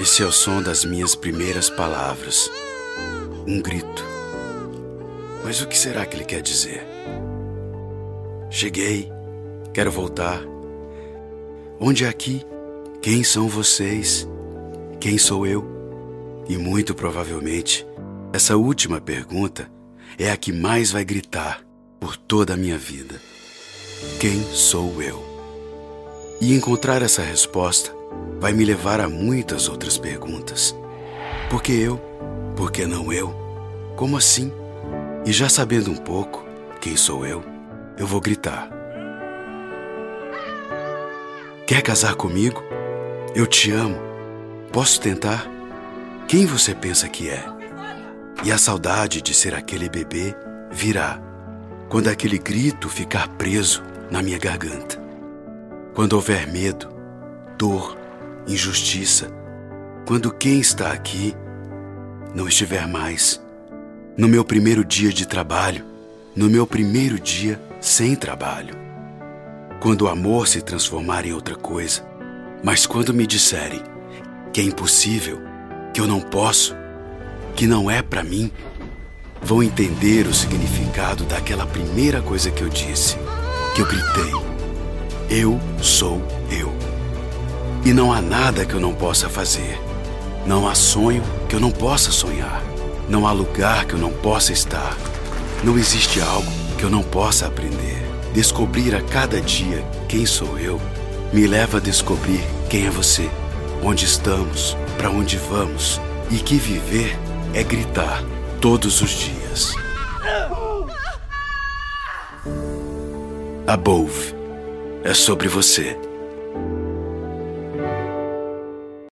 Esse é o som das minhas primeiras palavras. Um grito. Mas o que será que ele quer dizer? Cheguei, quero voltar. Onde é aqui? Quem são vocês? Quem sou eu? E muito provavelmente, essa última pergunta é a que mais vai gritar por toda a minha vida. Quem sou eu? E encontrar essa resposta vai me levar a muitas outras perguntas. Por que eu? Por que não eu? Como assim? E já sabendo um pouco quem sou eu vou gritar. Quer casar comigo? Eu te amo. Posso tentar? Quem você pensa que é? E a saudade de ser aquele bebê virá quando aquele grito ficar preso na minha garganta. Quando houver medo, dor, injustiça, quando quem está aqui não estiver mais. No meu primeiro dia de trabalho, no meu primeiro dia sem trabalho. Quando o amor se transformar em outra coisa, mas quando me disserem que é impossível, que eu não posso, que não é para mim, vão entender o significado daquela primeira coisa que eu disse, que eu gritei. Eu sou eu. E não há nada que eu não possa fazer. Não há sonho que eu não possa sonhar. Não há lugar que eu não possa estar. Não existe algo que eu não possa aprender. Descobrir a cada dia quem sou eu me leva a descobrir quem é você, onde estamos, para onde vamos, e que viver é gritar todos os dias. Above é sobre você.